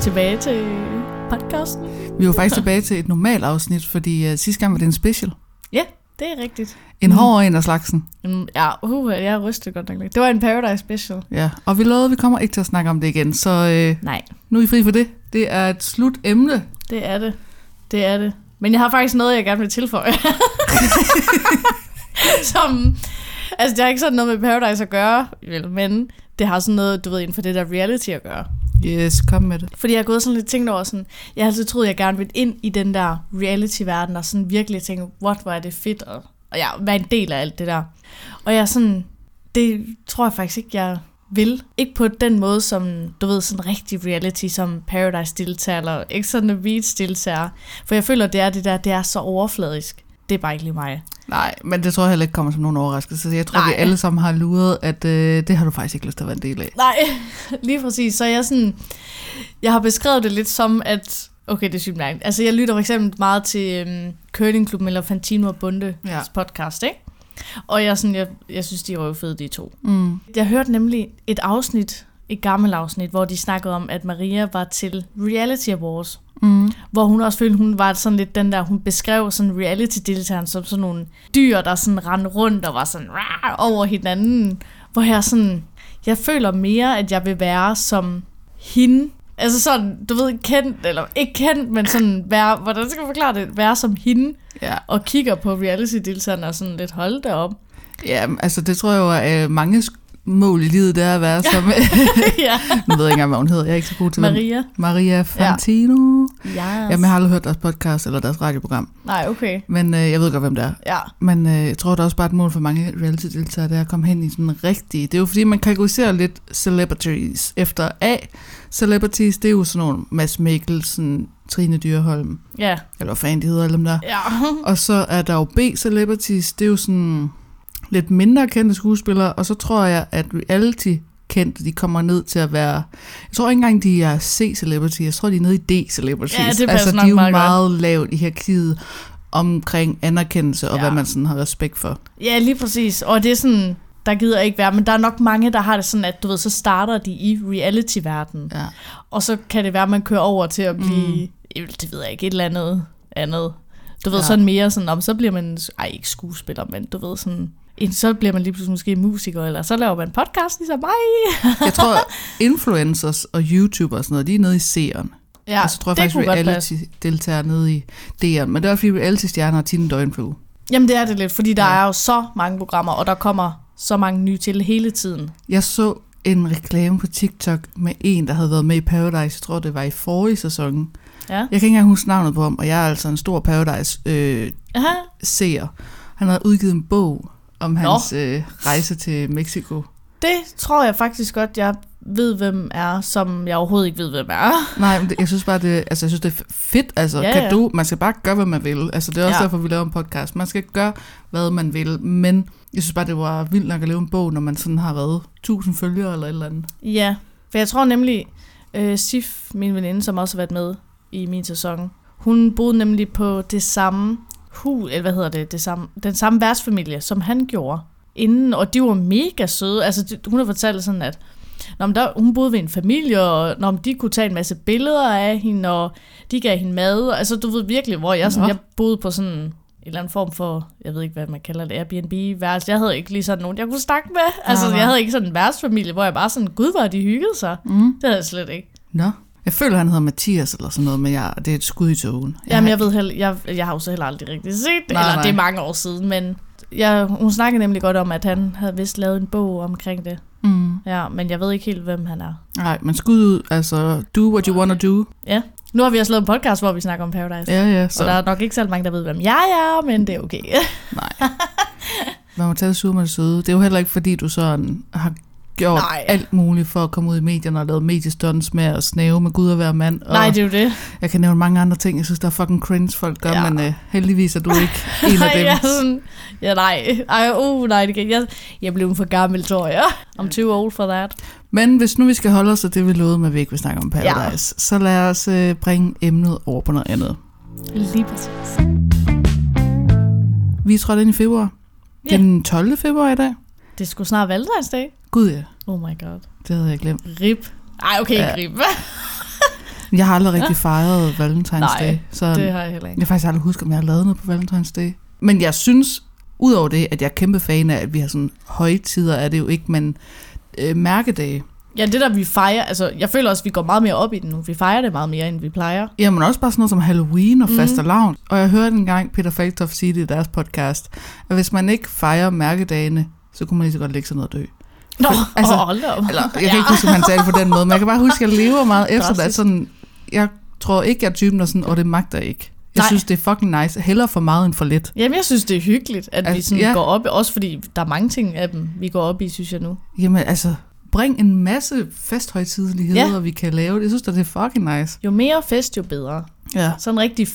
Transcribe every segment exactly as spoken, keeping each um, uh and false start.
tilbage til podcasten. Vi var faktisk tilbage til et normalt afsnit, fordi uh, sidste gang var det en special. Ja, det er rigtigt. En mm. hård en af slagsen. Mm, ja, uh, jeg rystede godt nok lidt. Det var en Paradise special. Ja, og vi lovede, at vi kommer ikke til at snakke om det igen, så uh, Nej. Nu er I fri for det. Det er et slut emne. Det er det. Det er det. Men jeg har faktisk noget, jeg gerne vil tilføje. Som, altså det har ikke sådan noget med Paradise at gøre, men det har sådan noget, du ved, inden for det der reality at gøre. Yes, kom med det. Fordi jeg har gået sådan lidt tænkt over sådan, jeg har altid troet, jeg gerne ville ind i den der reality-verden, og sådan virkelig tænke, what, hvor er det fedt, og, og ja, være en del af alt det der. Og jeg sådan, det tror jeg faktisk ikke, jeg vil. Ikke på den måde, som, du ved, sådan rigtig reality, som Paradise-deltager, eller ikke sådan en Beach-deltager. For jeg føler, det er det der, det er så overfladisk. Det er bare ikke lige mig. Nej, men det tror jeg heller ikke kommer som nogen overraskelse. Så jeg tror, Nej. vi alle sammen har luret, at øh, det har du faktisk ikke lyst til at være en del af. Nej, lige præcis. Så jeg sådan, jeg har beskrevet det lidt som, at, okay, det er sygt mærkeligt. Altså, jeg lytter for eksempel meget til um, Curlingklubben eller Fantino og Bunde ja. podcast, ikke? Og jeg, sådan, jeg, jeg synes, de var jo fede, de to. Mm. Jeg hørte nemlig et afsnit, et gammelt afsnit, hvor de snakkede om, at Maria var til Reality Awards. Mm. Hvor hun også følte, hun var sådan lidt den der, hun beskrev sådan reality-deltageren som sådan nogle dyr, der sådan rendte rundt og var sådan over hinanden. Hvor jeg sådan, jeg føler mere, at jeg vil være som hende. Altså sådan, du ved, kendt, eller ikke kendt, men sådan være, hvordan skal jeg forklare det, være som hende. Ja. Og kigger på reality-deltagerne og sådan lidt holde det op. Ja, altså det tror jeg jo er mange mål i livet, det er at være som... ja. Nu ved jeg ikke engang, hvad hun hedder. Jeg er ikke så god til Maria. Hvem. Maria Fantino. Ja. Yes. Jamen, jeg har aldrig hørt deres podcast eller deres radioprogram. Nej, okay. Men øh, jeg ved godt, hvem det er. Ja. Men øh, jeg tror, det er også bare et mål for mange reality-deltagere, det er at komme hen i sådan en rigtig... Det er jo fordi, man kategoriserer lidt celebrities efter A. Celebrities, det er jo sådan nogle Mads Mikkelsen, Trine Dyrholm. Ja. Eller hvad fanden de hedder, alle dem der. Ja. Og så er der jo B-celebrities, det er jo sådan... lidt mindre kendte skuespillere, og så tror jeg, at reality-kendte, de kommer ned til at være... Jeg tror ikke engang, de er C-celebrity, jeg tror, de er nede i D-celebrities. Ja, det altså, de er jo meget, meget lavt i hierarkiet omkring anerkendelse, og ja. hvad man sådan har respekt for. Ja, lige præcis. Og det er sådan, der gider ikke være, men der er nok mange, der har det sådan, at du ved, så starter de i reality-verdenen. Ja. Og så kan det være, at man kører over til at blive, mm. det ved jeg ikke, et eller andet andet. Du ved, ja. sådan mere sådan, om så bliver man, ej, ikke skuespiller, men du ved sådan... så bliver man lige pludselig måske musiker, eller så laver man podcast ligesom mig. Jeg tror, influencers og YouTubere og sådan noget, de er nede i C'eren. Ja, og så tror jeg faktisk, at reality-deltager nede i D'eren. Men det er fordi reality-stjerner har tit en døgnflue. Jamen det er det lidt, fordi der ja. er jo så mange programmer, og der kommer så mange nye til hele tiden. Jeg så en reklame på TikTok med en, der havde været med i Paradise. Jeg tror, det var i forrige sæson. Ja. Jeg kan ikke engang huske navnet på ham, og jeg er altså en stor Paradise-seer. Øh, Han havde udgivet en bog om hans øh, rejse til Mexico. Det tror jeg faktisk godt, jeg ved, hvem er, som jeg overhovedet ikke ved, hvem er. Nej, men det, jeg synes bare, det, altså, jeg synes, det er fedt. Altså, ja, kan du, man skal bare gøre, hvad man vil. Altså, det er også ja. derfor, vi laver en podcast. Man skal gøre, hvad man vil, men jeg synes bare, det var vildt nok at lave en bog, når man sådan har været tusind følgere eller et eller andet. Ja, for jeg tror nemlig, øh, Sif, min veninde, som også har været med i min sæson, hun boede nemlig på det samme hus, eller hvad hedder det, det samme, den samme værtsfamilie, som han gjorde inden, og de var mega søde. Altså, de, hun har fortalt sådan, at når der, hun boede ved en familie, og når de kunne tage en masse billeder af hende, og de gav hende mad. Altså, du ved virkelig, hvor jeg, sådan, jeg boede på sådan en eller anden form for, jeg ved ikke, hvad man kalder det, Airbnb-værelse. Jeg havde ikke lige sådan nogen, jeg kunne snakke med. Altså, jeg havde ikke sådan en værtsfamilie, hvor jeg bare sådan, gud, hvor de hyggede sig. Mm. Det havde jeg slet ikke. Nå. Jeg føler, han hedder Mathias eller sådan noget, men jeg, det er et skud i togen. Jeg Jamen, jeg ved heller, jeg, jeg har jo så heller aldrig rigtig set det, nej, eller nej. Det er mange år siden, men jeg, hun snakkede nemlig godt om, at han havde vist lavet en bog omkring det. Mm. Ja, men jeg ved ikke helt, hvem han er. Nej, men skud ud, altså, do what you wanna do. Ja, nu har vi også lavet en podcast, hvor vi snakker om Paradise. Ja, ja. Så. Og der er nok ikke så mange, der ved, hvem jeg er, men det er okay. Nej. Man må tage det sure med det søde. Det er jo heller ikke, fordi du sådan har gjort Nej. alt muligt for at komme ud i medierne og lavet mediestunts med at snæve med Gud og være mand. Og nej, det er jo det. Jeg kan nævne mange andre ting. Jeg synes, der er fucking cringe folk gør, ja. men uh, heldigvis er du ikke en af dem. ja, sådan, ja, nej. Ej, uh, nej, det kan jeg. Jeg blev for gammel, tror jeg. I'm too old for that. Men hvis nu vi skal holde os til det, vi lovede med, at vi ikke vil snakke om Paradise, ja. så lad os uh, bringe emnet over på noget andet. Lige præcis. Vi er trådt ind i februar. Yeah. Den tolvte februar i dag. Det skulle snart valentinsdag. Gud ja. Oh my god. Det havde jeg glemt. Rip. Ej, okay, ja. Rip. Jeg har aldrig rigtig ja. fejret Valentine's Nej, Day. Så det har jeg heller ikke. Jeg faktisk aldrig husker, om jeg har lavet noget på Valentine's Day. Men jeg synes, udover det, at jeg er kæmpe fan af, at vi har sådan højtider, er det jo ikke, men øh, mærkedage. Ja, det der vi fejrer, altså jeg føler også, at vi går meget mere op i det nu. Vi fejrer det meget mere, end vi plejer. Jamen også bare sådan noget som Halloween og mm. fastelavn. Og jeg hørte engang Peter Falktoft sige det i deres podcast, at hvis man ikke fejrer mærkedagene, så kunne man lige så godt lægge sig ned og dø. Nå, altså, hold op. Eller, jeg kan ja. ikke huske, om han sagde det på den måde, men jeg kan bare huske, at jeg lever meget efter det. At sådan, jeg tror ikke, jeg er typen, der sådan, og det magter jeg ikke. Jeg Nej. synes, det er fucking nice. Hellere for meget end for lidt. Jamen, jeg synes, det er hyggeligt, at altså, vi sådan ja. går op, også fordi der er mange ting af dem, vi går op i, synes jeg nu. Jamen, altså, bring en masse festhøjtideligheder, ja. vi kan lave. Jeg synes, det er fucking nice. Jo mere fest, jo bedre. Ja. Sådan en rigtig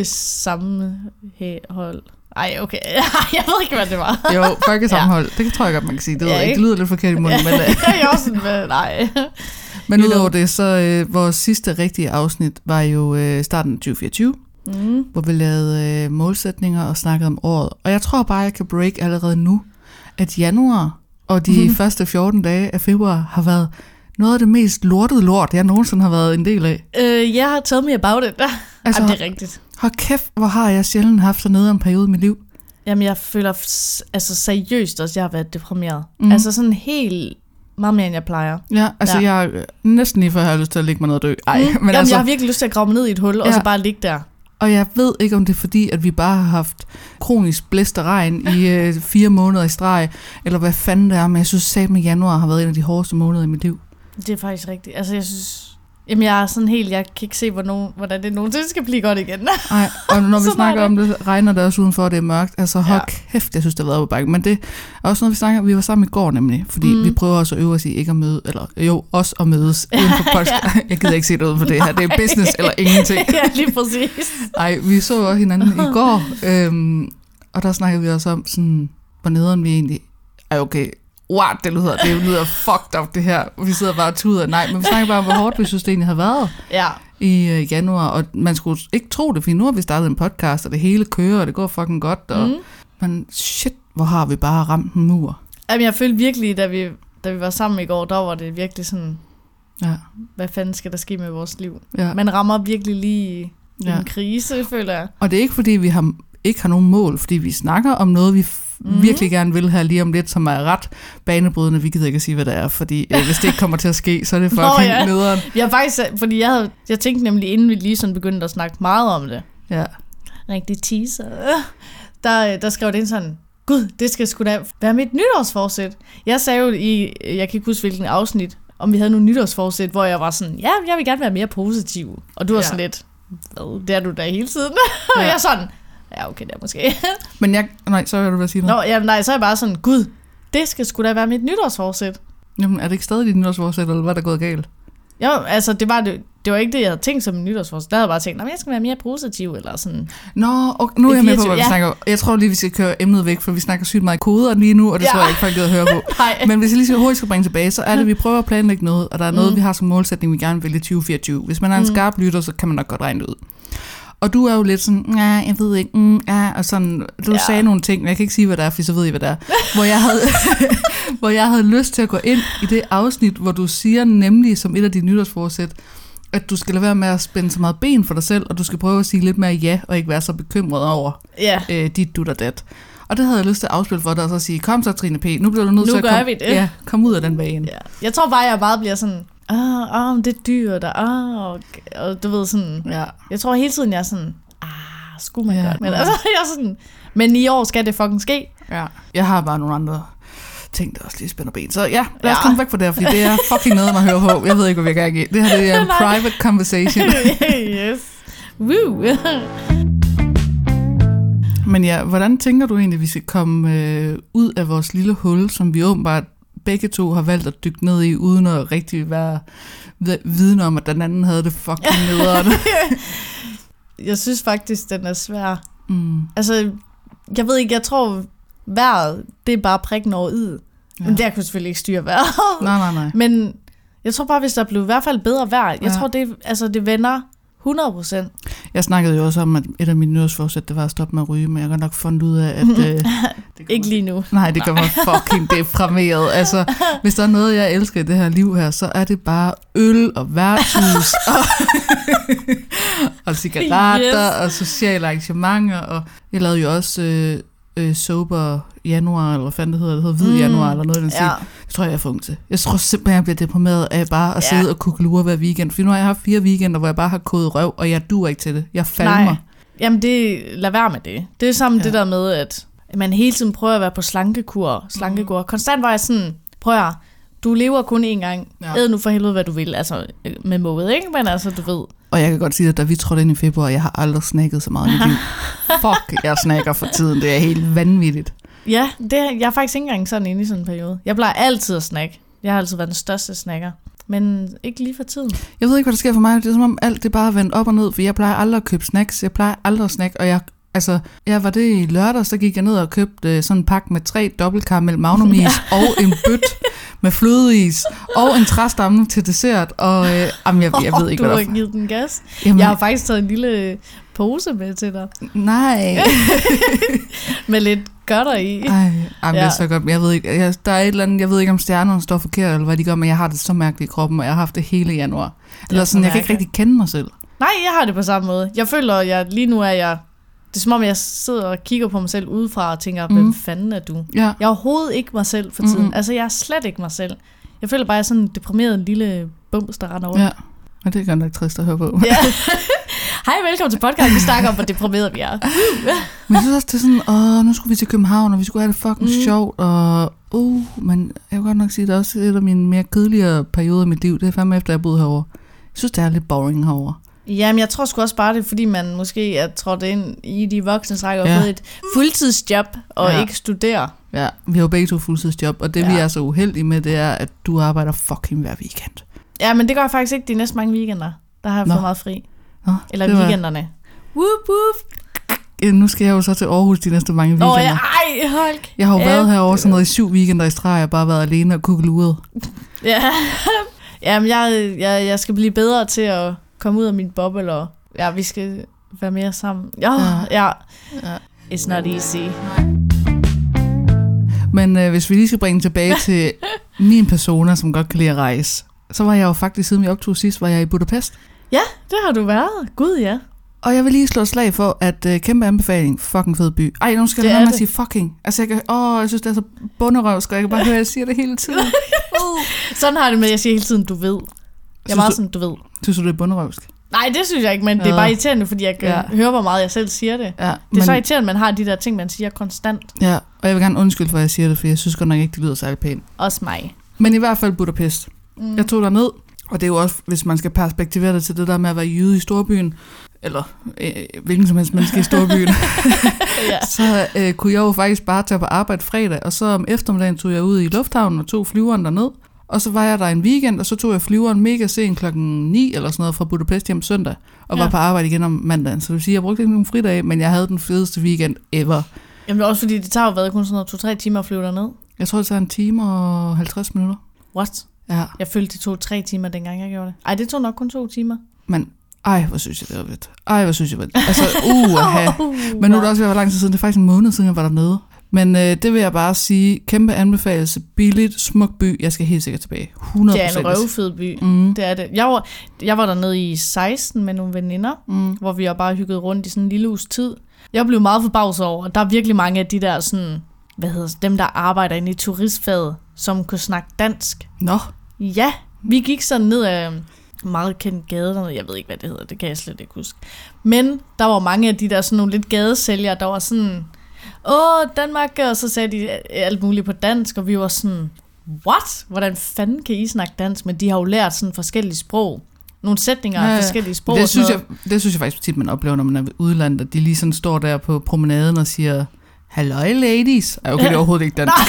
folkesammenhold. Ej, okay. Jeg ved ikke, hvad det var. Jo, folkesammenhold. Ja. Det tror jeg godt, man kan sige. Det, ja, ikke? Det lyder lidt forkert i munden. Ja, men, uh... jeg er også sådan, men nej. Men udover det, så uh, vores sidste rigtige afsnit var jo uh, starten af tyve fireogtyve, mm. hvor vi lavede uh, målsætninger og snakkede om året. Og jeg tror bare, jeg kan break allerede nu, at januar og de mm. første fjorten dage af februar har været noget af det mest lortede lort, jeg nogensinde har været en del af. Øh, jeg har taget mig about it. Altså, Jamen, det er rigtigt. Hold kæft, hvor har jeg sjældent haft så nede en periode i mit liv. Jamen, jeg føler altså seriøst også, jeg har været deprimeret. Mm. Altså sådan helt meget mere, end jeg plejer. Ja, altså ja. jeg næsten lige før har lyst til at ligge mig ned og dø. Ej, mm. men Jamen, altså, jeg har virkelig lyst til at grave mig ned i et hul, ja. og så bare ligge der. Og jeg ved ikke, om det er fordi, at vi bare har haft kronisk blæst og regn i øh, fire måneder i streg, eller hvad fanden det er, men jeg synes, at med januar har været en af de hårdeste måneder i mit liv. Det er faktisk rigtigt. Altså, jeg synes... Jamen, jeg er sådan helt... Jeg kan ikke se, hvornår, hvordan det nogensinde skal blive godt igen. Nej, og når vi snakker om det, regner det også udenfor, det er mørkt. Altså, hold ja. kæft, jeg synes, det har været på bakken. Men det er også noget, vi snakker vi var sammen i går nemlig, fordi mm. vi prøver også at øve os i ikke at møde, eller jo, os at mødes uden for podcast. Ja. Jeg gider ikke se det uden for det her. Det er business eller ingenting. Ja, lige præcis. Nej, vi så også hinanden i går, øhm, og der snakkede vi også om, sådan, hvor nederen vi egentlig... Ej, okay... What, det lyder, det lyder fucked up, det her. Vi sidder bare og tuder. Nej, men vi snakker bare om, hvor hårdt vi synes, det egentlig har været ja. i uh, januar. Og man skulle ikke tro det, for nu har vi startet en podcast, og det hele kører, og det går fucking godt. Og, mm. Men shit, hvor har vi bare ramt en mur. Jamen, jeg følte virkelig, da vi, da vi var sammen i går, der var det virkelig sådan, ja. hvad fanden skal der ske med vores liv? Ja. Man rammer virkelig lige ja. en krise, føler jeg. Og det er ikke, fordi vi har, ikke har nogen mål, fordi vi snakker om noget, vi Mm. virkelig gerne vil have lige om lidt, som er ret banebrydende. Vi gider ikke at sige, hvad det er, fordi øh, hvis det ikke kommer til at ske, så er det fucking Nå, ja. nederen. Jeg faktisk, fordi jeg, havde, jeg tænkte nemlig, inden vi lige sådan begyndte at snakke meget om det. Ja. Rigtig teaser. Der, der skrev det ind sådan, gud, det skal sgu da være mit nytårsforsæt. Jeg sagde jo i, jeg kan ikke huske hvilken afsnit, om vi havde nogle nytårsforsæt, hvor jeg var sådan, ja, jeg vil gerne være mere positiv. Og du var ja. sådan lidt, hvad, det er du da hele tiden. Og ja. jeg sådan, ja, okay, det er måske. Men jeg... Nej, så vil du være sige noget. Nå, jamen, nej, så er jeg bare sådan, gud, det skal sgu da være mit nytårsforsæt. Jamen, er det ikke stadig dit nytårsforsæt, eller hvad er der gået galt? Jo, altså, det var, det, det var ikke det, jeg havde tænkt som en nytårsforsæt. Der havde jeg bare tænkt, at jeg skal være mere positiv, eller sådan. Nå, okay, nu er jeg med på, hvad vi ja. snakker om. Jeg tror lige, vi skal køre emnet væk, for vi snakker sygt meget koder lige nu, og det ja. tror jeg ikke, folk gider at høre på. Men hvis jeg lige så hurtigt skal bringe tilbage, så er det, at vi prøver at planlægge noget, og der er noget, mm. vi har som målsætning, vi gerne vil i tyve fireogtyve. Hvis man er en skarp lytter, så kan man nok godt regne det ud. Og du er jo lidt sådan, ja, jeg ved ikke, mm, ja, og sådan, du ja. sagde nogle ting, men jeg kan ikke sige, hvad det er, for så ved I, hvad det er. Hvor jeg, havde, hvor jeg havde lyst til at gå ind i det afsnit, hvor du siger nemlig, som et af dine nytårsforsæt, at du skal lade være med at spænde så meget ben for dig selv, og du skal prøve at sige lidt mere ja, og ikke være så bekymret over ja. øh, dit, dut og dat. Og det havde jeg lyst til at afspille for dig, og så sige, kom så Trine P., nu bliver du nødt til at komme, ja, kom ud af den bane. Ja. Jeg tror bare, jeg bare bliver sådan, ah, ah det er dyrt, ah, og, og du ved sådan, ja. jeg tror hele tiden, jeg er sådan, ah, skulle man ja. gøre det? Men, altså, jeg er sådan, men i år skal det fucking ske. Ja. Jeg har bare nogle andre ting, der også lige spænder ben. Så ja, lad os ja. komme væk fra det her, fordi det er fucking noget, man hører på. Jeg ved ikke, hvad vi kan give. Det her det er en private conversation. Yes. Woo. Men ja, hvordan tænker du egentlig, at vi skal komme øh, ud af vores lille hul, som vi åbenbart begge to har valgt at dykke ned i, uden at rigtig være vidne om, at den anden havde det fucking nederen. Jeg synes faktisk, den er svær. Mm. Altså, jeg ved ikke, jeg tror, vejret, det er bare prikken over i. Ja. Men der kunne selvfølgelig ikke styre vejret. Nej, nej, nej. Men jeg tror bare, hvis der blev i hvert fald bedre vejr, jeg ja. tror, det, altså, det vender hundrede procent. Jeg snakkede jo også om, at et af mine nytårsforsæt, det var at stoppe med at ryge, men jeg har nok fundet ud af, at... Øh, det ikke lige nu. Nej, det gør mig fucking deprimeret. Altså, hvis der er noget, jeg elsker i det her liv her, så er det bare øl og værtshus og, og cigaretter yes. og sociale arrangementer. Og jeg lavede jo også øh, øh, sober januar, eller hvad fanden det hedder, det hedder hvid januar, mm. eller noget i den stil. Ja. Det tror jeg, jeg er for ung til. Jeg tror simpelthen, jeg bliver deprimeret af bare at ja. sidde og kukulure hver weekend. For nu har jeg haft fire weekender, hvor jeg bare har kodet røv, og jeg duer ikke til det. Jeg falmer. Nej. Jamen, det, lad være med det. Det er sammen ja. det der med, at man hele tiden prøver at være på slankekur. slankekur. Mm. Konstant var jeg sådan, prøv at du lever kun én gang. Ja. Æd nu for helvede, hvad du vil. Altså, med måde, ikke? Men altså, du ved. Og jeg kan godt sige, at da vi trådte ind i februar, jeg har aldrig snakket så meget i mit liv. Fuck, jeg snakker for tiden. Det er helt vanvittigt. Ja, det, jeg er faktisk ikke engang sådan inde i sådan en periode. Jeg plejer altid at snakke. Jeg har altid været den største snakker. Men ikke lige for tiden. Jeg ved ikke, hvad der sker for mig. Det er som om alt det bare er vendt op og ned, for jeg plejer aldrig at købe snacks. Jeg plejer aldrig at snakke, og jeg... Altså, jeg var det i lørdag, så gik jeg ned og købte sådan en pakke med tre dobbeltkaramel magnumis ja. og en bøt med flødeis og en træstamme til dessert. Og øh, jamen, jeg, jeg ved ikke, oh, hvad der... Du har givet den gas. Jamen, jeg har faktisk taget en lille pose med til dig. Nej. med lidt godter i. Ej, jamen, ja. det er så godt. Jeg ved ikke, jeg, der er et eller andet, jeg ved ikke, om stjernerne står forkert, eller hvad de gør, men jeg har det så mærkeligt i kroppen, og jeg har haft det hele januar. Eller sådan, jeg kan ikke rigtig kende mig selv. Nej, jeg har det på samme måde. Jeg føler, at jeg, lige nu er jeg... Det er som om, jeg sidder og kigger på mig selv udefra og tænker, hvem mm. fanden er du? Ja. Jeg er overhovedet ikke mig selv for tiden. Mm-hmm. Altså, jeg er slet ikke mig selv. Jeg føler bare, jeg er sådan en deprimeret lille bums, der render over. Ja, og det er godt nok trist at høre på. Ja. Hej, velkommen til podcast. Vi snakker om, hvor deprimeret vi er. Men jeg synes også, det er sådan, åh, nu skulle vi til København, og vi skulle have det fucking mm. sjovt, og uh, men jeg vil godt nok sige, at det er også et af mine mere kedeligere perioder i mit liv. Det er fandme efter, jeg boede herovre. Jeg synes, det er lidt boring herovre. Jamen, jeg tror sgu også bare, det er, fordi man måske er trådt ind i de voksne rækker og ja. fået et fuldtidsjob og ja. ikke studerer. Ja, vi har jo begge to fuldtidsjob, og det ja. vi er så uheldige med, det er, at du arbejder fucking hver weekend. Ja, men det gør jeg faktisk ikke de næste mange weekender. Der har jeg Nå. fået meget fri. Nå, Eller weekenderne. Whoop, whoop. Ja, nu skal jeg jo så til Aarhus de næste mange weekender. Åh, ja, ej, hold. Jeg har jo været herovre sådan noget i syv weekender i streg, jeg har bare været alene og kukkeluret. Ja, jamen, jeg, jeg, jeg skal blive bedre til at komme ud af min boble, og ja, vi skal være mere sammen. Ja, ja. ja. It's not easy. Men øh, hvis vi lige skal bringe tilbage til min persona, som godt kan lide at rejse, så var jeg jo faktisk, siden vi optog sidst, var jeg i Budapest. Ja, det har du været. Gud, ja. Og jeg vil lige slå et slag for, at øh, kæmpe anbefaling, fucking fed by. Ej, nu skal jeg lade mig at sige fucking. Altså, jeg, kan, åh, jeg synes, det er så bunderøvsk, og jeg kan bare høre, at jeg siger det hele tiden. uh. Sådan har det med, at jeg siger hele tiden, du ved. Jeg er meget sådan, du ved. Synes du, det er bunderøvsk? Nej, det synes jeg ikke, men ja. det er bare irriterende, fordi jeg kan ja. høre, hvor meget jeg selv siger det. Ja, det er men... så irriterende, at man har de der ting, man siger konstant. Ja, og jeg vil gerne undskylde for, at jeg siger det, for jeg synes godt nok ikke, det lyder særlig pænt. Også mig. Men i hvert fald Budapest. Mm. Jeg tog derned, og det er jo også, hvis man skal perspektivere det til det der med at være jyde i storbyen, eller øh, hvilken som helst menneske i storbyen, ja. så øh, kunne jeg jo faktisk bare tage på arbejde fredag, og så om eftermiddagen tog jeg ud i lufthavnen og tog flyveren derned. Og så var jeg der en weekend, og så tog jeg flyveren mega sent klokken ni eller sådan noget fra Budapest hjem søndag, og ja. var på arbejde igen om mandagen. Så det vil sige, at jeg brugte ikke nogen fridag, men jeg havde den fedeste weekend ever. Jamen det er også fordi, det tager jo været kun sådan noget to-tre timer at flyve derned. Jeg tror, det tager en time og halvtreds minutter. What? Ja. Jeg følte, det tog tre timer, dengang jeg gjorde det. Ej, det tog nok kun to timer. Men ej, hvor synes jeg, det var fedt. Ej, hvor synes jeg, det var Altså, uh, at have. Men nu er det også ved at være lang tid siden. Det er faktisk en måned siden, jeg var dernede. Men øh, det vil jeg bare sige, kæmpe anbefalelse, billigt, smuk by, jeg skal helt sikkert tilbage, hundrede procent. Det er en røvfed by, mm. det er det. Jeg var, jeg var dernede i seksten med nogle veninder, mm. hvor vi jo bare hyggede rundt i sådan en lille uges tid. Jeg blev meget forbavset over, at der er virkelig mange af de der sådan, hvad hedder det, dem der arbejder inde i turistfaget, som kunne snakke dansk. Nå. Ja, vi gik sådan ned af meget kendt gade dernede, jeg ved ikke, hvad det hedder, det kan jeg slet ikke huske. Men der var mange af de der sådan nogle lidt gadesælgere, der var sådan... Åh, Danmark, og så sagde de alt muligt på dansk, og vi var sådan, what? Hvordan fanden kan I snakke dansk? Men de har jo lært sådan forskellige sprog. Nogle sætninger af ja, forskellige sprog. Det synes, jeg, det synes jeg faktisk tit, man oplever, når man er ved udlandet, at de lige sådan står der på promenaden og siger, halløj ladies. Ej, okay, det er overhovedet ikke dansk.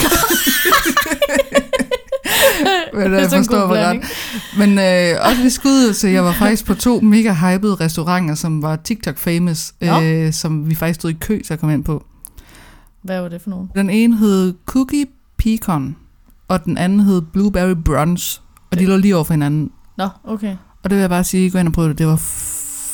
Men jeg forstår mig ret. Men øh, også lige skud, så jeg var faktisk på to mega hypede restauranter, som var TikTok famous, øh, som vi faktisk stod i kø til at komme ind på. Hvad var det for nogen? Den ene hed Cookie Pecan, og den anden hed Blueberry Brunch, og de lå lige over for hinanden. Nå, okay. Og det vil jeg bare sige, gå ind og prøve det, det var f-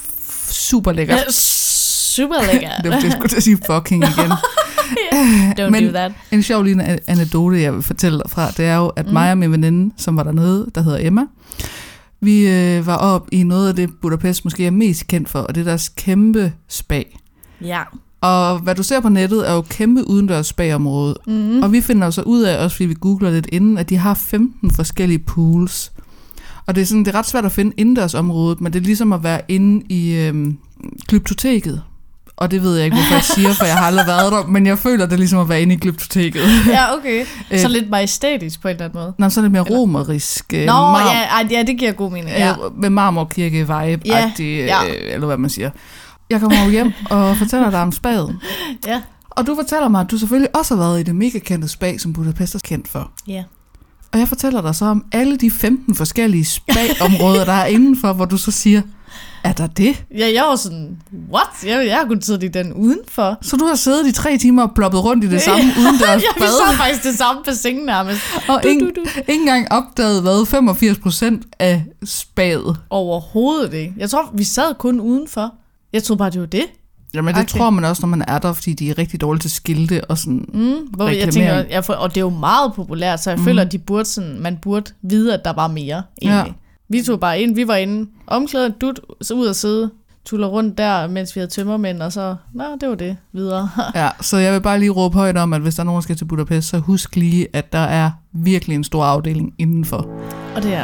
super lækkert. Ja, super lækkert. det var det, jeg skulle til at sige fucking igen. yeah, don't Men do that. En sjov lille anekdote, jeg vil fortælle dig fra, det er jo, at mm. mig og min veninde, som var dernede, der hedder Emma, vi øh, var op i noget af det, Budapest måske er mest kendt for, og det er deres kæmpe spa. Ja. Og hvad du ser på nettet, er jo kæmpe udendørs spa-område. Mm. Og vi finder jo så ud af, også fordi vi googler lidt inden, at de har femten forskellige pools. Og det er, sådan, det er ret svært at finde indendørsområdet, men det er ligesom at være inde i øhm, Glyptoteket. Og det ved jeg ikke, hvorfor jeg siger, for jeg har aldrig været der, men jeg føler, det er ligesom at være inde i Glyptoteket. Ja, okay. Så øh, lidt majestætisk på en eller anden måde. Nå, så lidt mere romerisk. Nå, mar- ja, ja, det giver god mening. Ja. Øh, med marmorkirke-vibe-agtig, ja, ja. øh, eller hvad man siger. Jeg kommer jo hjem og fortæller dig om spadet. Ja. Og du fortæller mig, at du selvfølgelig også har været i det mega kendte spa, som Budapest er kendt for. Ja. Og jeg fortæller dig så om alle de femten forskellige spa-områder, der er indenfor, hvor du så siger, er der det? Ja, jeg var sådan, what? Jeg, jeg har kun siddet i den udenfor. Så du har siddet i tre timer og ploppet rundt i det samme udendørs bad? Ja, vi så faktisk det samme bassin nærmest. Og du, ikke, du, du. ikke engang opdaget, hvad, femogfirs procent af spadet? Overhovedet ikke. Jeg tror, vi sad kun udenfor. Jeg troede bare, det var det. Jamen det okay. tror man også, når man er der, fordi de er rigtig dårlige til skilte og sådan mm, hvor jeg tænker, jeg får, og det er jo meget populært, så jeg mm. føler, at de burde sådan, man burde vide, at der var mere egentlig. Ja. Vi tog bare ind, vi var inde, omklædet, dut, så ud og sidde, tuller rundt der, mens vi havde tømmermænd, og så, nå, det var det, videre. Ja, så jeg vil bare lige råbe højt om, at hvis der er nogen, der skal til Budapest, så husk lige, at der er virkelig en stor afdeling indenfor. Og det er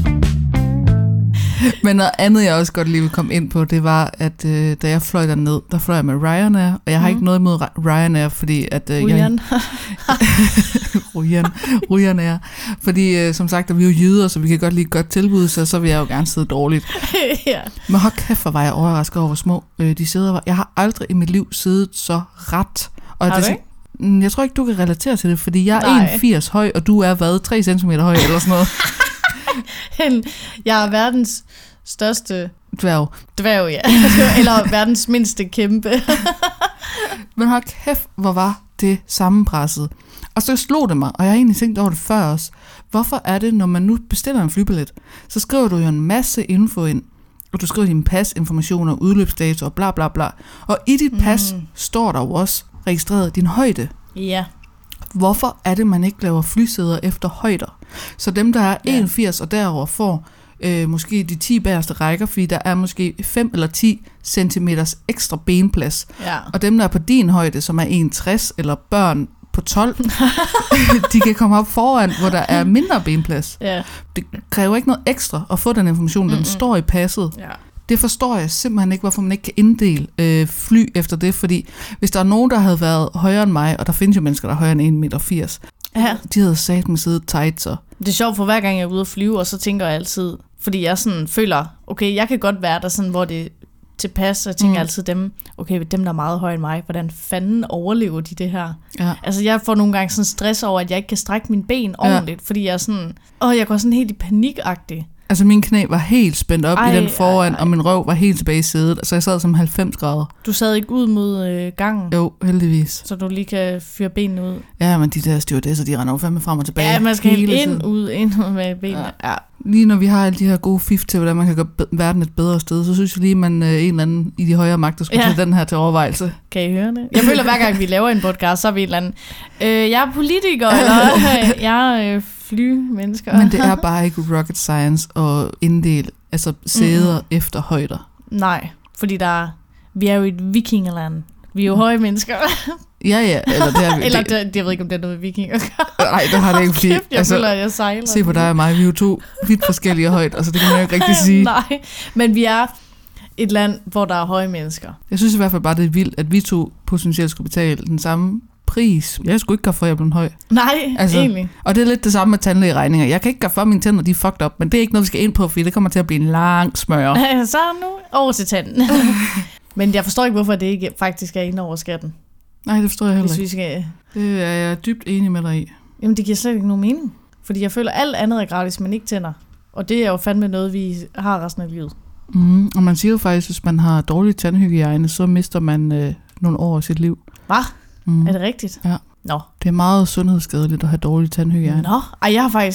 Men noget andet, jeg også godt lige vil komme ind på, det var, at øh, da jeg fløj derned, der fløj jeg med Ryanair, og jeg har mm. ikke noget imod Ryanair, fordi at... Øh, Ryan. Ryan. Ryanair. Fordi, øh, som sagt, at vi er jo jyder, så vi kan godt lide et godt tilbud, så, så vil jeg jo gerne sidde dårligt. Ja. Men hold kæft, hvor var jeg overrasket over, hvor små øh, de sidder var. Jeg har aldrig i mit liv siddet så ret. Og har det, du ikke? Jeg tror ikke, du kan relatere til det, fordi jeg er Nej. en firs høj, og du er, hvad, tre centimeter høj, eller sådan noget. Jeg er verdens største dværg. Dværg, ja. Eller verdens mindste kæmpe. Men hold kæft, hvor var det sammenpresset. Og så slog det mig, og jeg har egentlig tænkt over det før også. Hvorfor er det, når man nu bestiller en flybillet, så skriver du jo en masse info ind, og du skriver dine pasinformationer, udløbsdato og bla bla bla. Og i dit pas mm. står der jo også registreret din højde. Ja. Hvorfor er det, man ikke laver flysæder efter højder? Så dem, der er ja. enogfirs og derover får øh, måske de ti bagerste rækker, fordi der er måske fem eller ti centimeters ekstra benplads. Ja. Og dem, der er på din højde, som er en komma tres eller børn på tolv, de kan komme op foran, hvor der er mindre benplads. Ja. Det kræver ikke noget ekstra at få den information, den Mm-mm. står i passet. Ja. Det forstår jeg simpelthen ikke, hvorfor man ikke kan inddele øh, fly efter det, fordi hvis der er nogen, der havde været højere end mig, og der findes jo mennesker, der er højere end en komma firs meter, ja. de havde sat med siddet tight, så. Det er sjovt, for hver gang jeg er ude at flyve, og så tænker jeg altid, fordi jeg sådan føler, okay, jeg kan godt være der sådan, hvor det er tilpas, og jeg tænker mm. altid dem, okay, dem der er meget højere end mig, hvordan fanden overlever de det her? Ja. Altså jeg får nogle gange sådan stress over, at jeg ikke kan strække mine ben ordentligt, ja. Fordi jeg er sådan, åh, jeg går sådan helt i panikagtig. Altså min knæ var helt spændt op ej, i den foran, ej, ej. Og min røv var helt tilbage i sædet, så jeg sad som halvfems grader. Du sad ikke ud mod øh, gangen? Jo, heldigvis. Så du lige kan fyre benene ud? Ja, men de der stewardesser, de render jo fandme frem og tilbage. Ja, man skal helt ind, ud, ind ud med benene. Ja. Ja. Lige når vi har alle de her gode fif til, hvordan man kan gøre verden et bedre sted, så synes jeg lige, at man øh, en eller anden i de højere magter skulle ja. tage den her til overvejelse. Kan I høre det? Jeg føler, hver gang vi laver en podcast, så er vi en eller anden, øh, jeg er politiker, eller øh, jeg er øh, flymennesker. Men det er bare ikke rocket science at inddele altså sæder mm. efter højder. Nej, fordi der er, vi er jo i et vikingerland. Vi er jo mm. høje mennesker. Ja, ja. Eller, det er, eller det, jeg ved ikke, om det er noget med vikinger. Nej, det har det ikke. Fordi, jeg altså, føler, at jeg sejler. Se på dig og mig, vi er jo to vidt forskellige højder, altså det kan man jo ikke rigtig sige. Nej, men vi er et land, hvor der er høje mennesker. Jeg synes i hvert fald bare, det er vildt, at vi to potentielt skulle betale den samme pris. Jeg skulle ikke gøre for, at jeg blev høj. Nej, altså, egentlig. Og det er lidt det samme med tandlægeregninger. Jeg kan ikke gøre for, at mine tænder de er fucked up, men det er ikke noget, vi skal ind på, fordi det kommer til at blive en lang smør. Så nu over til tanden. Men jeg forstår ikke, hvorfor det ikke faktisk er inde over skatten. Nej, det forstår jeg heller ikke. Hvis vi skal... Det er jeg dybt enig med dig i. Jamen, det giver slet ikke nogen mening. Fordi jeg føler, at alt andet er gratis, men ikke tænder. Og det er jo fandme noget, vi har resten af livet. Mm, og man siger jo faktisk, at hvis man har dårlig tandhygiejne, så mister man øh, nogle år af sit liv. Hvad? Mm. Er det rigtigt? Ja. Nå. Det er meget sundhedsskadeligt at have dårlig tandhygiejne. Nå, ej, jeg har faktisk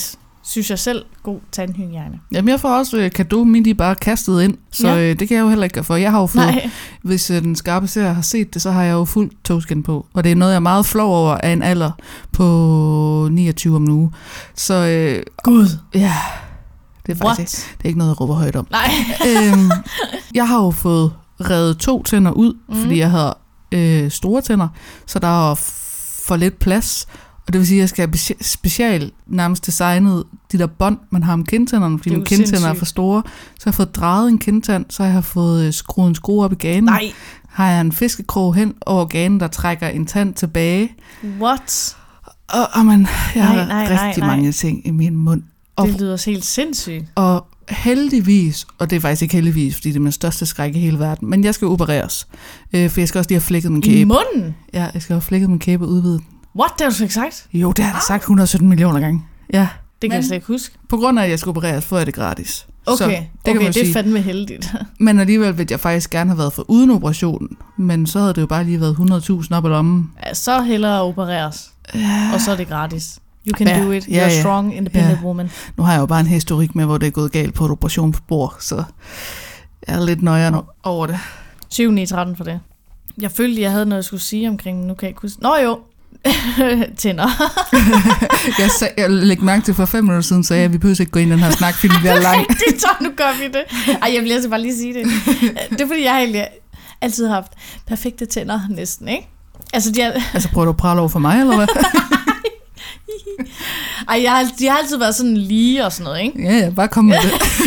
synes jeg selv, god tandhygiejne. Jamen, jeg får også øh, Cadeau Mini bare kastet ind, så ja. øh, det kan jeg jo heller ikke gøre for. Jeg har jo fået, Nej. hvis øh, den skarpe serie har set det, så har jeg jo fuld togskin på. Og det er noget, jeg er meget flov over af en alder på niogtyve om en uge. Så, øh, Gud. Ja, det er faktisk ikke, det er ikke noget, jeg råber højt om. Nej. øhm, jeg har jo fået revet to tænder ud, mm. fordi jeg havde øh, store tænder, så der er for lidt plads. Og det vil sige, at jeg skal have specielt nærmest designet de der bånd, man har om kindtænderne, fordi mine kindtænder er for store. Så jeg har fået drejet en kindtand, så jeg har fået skruet en skrue op i ganen. Nej. Har jeg en fiskekrog hen over ganen, der trækker en tand tilbage. What? Og, og man, jeg nej, har nej, rigtig nej, mange ting i min mund. Og, det lyder helt sindssygt. Og heldigvis, og det er faktisk ikke heldigvis, fordi det er min største skræk i hele verden, men jeg skal opereres. Øh, for jeg skal også lige have flækket min kæbe. I munden? Ja, jeg skal have flækket min kæbe og udvidet. What? Det har du ikke sagt? Jo, det har jeg sagt et hundrede og sytten millioner gange. Ja. Det kan men, jeg slet ikke huske. På grund af, at jeg skal opereres, får jeg det gratis. Okay, så, det, okay, kan det sige. er fandme heldigt. Men alligevel ville jeg faktisk gerne have været for uden operationen, men så havde det jo bare lige været hundrede tusind op i lommen. Ja, så hellere opereres, ja. Og så er det gratis. You can ja, do it. You're ja, ja. strong, independent ja. woman. Nu har jeg jo bare en historik med, hvor det er gået galt på et operationsbord, så jeg er lidt nøjere over det. syv ni tretten for det. Jeg følte, jeg havde noget, jeg skulle sige omkring, nu kan jeg ikke huske. Nå jo, tænder. jeg, sag, jeg lægger mærke til for fem minutter siden, sagde jeg, at vi behøver ikke gå ind i den her snak, fordi vi er lang. det tror nu gør vi det. Ej, jeg vil altså bare lige sige det. Det er fordi, jeg har altid haft perfekte tænder, næsten, ikke? Altså, de har... altså prøver du at prale over for mig, eller hvad? Ej, jeg har, de har altid været sådan lige og sådan noget, ikke? Ja, ja, bare kom med det.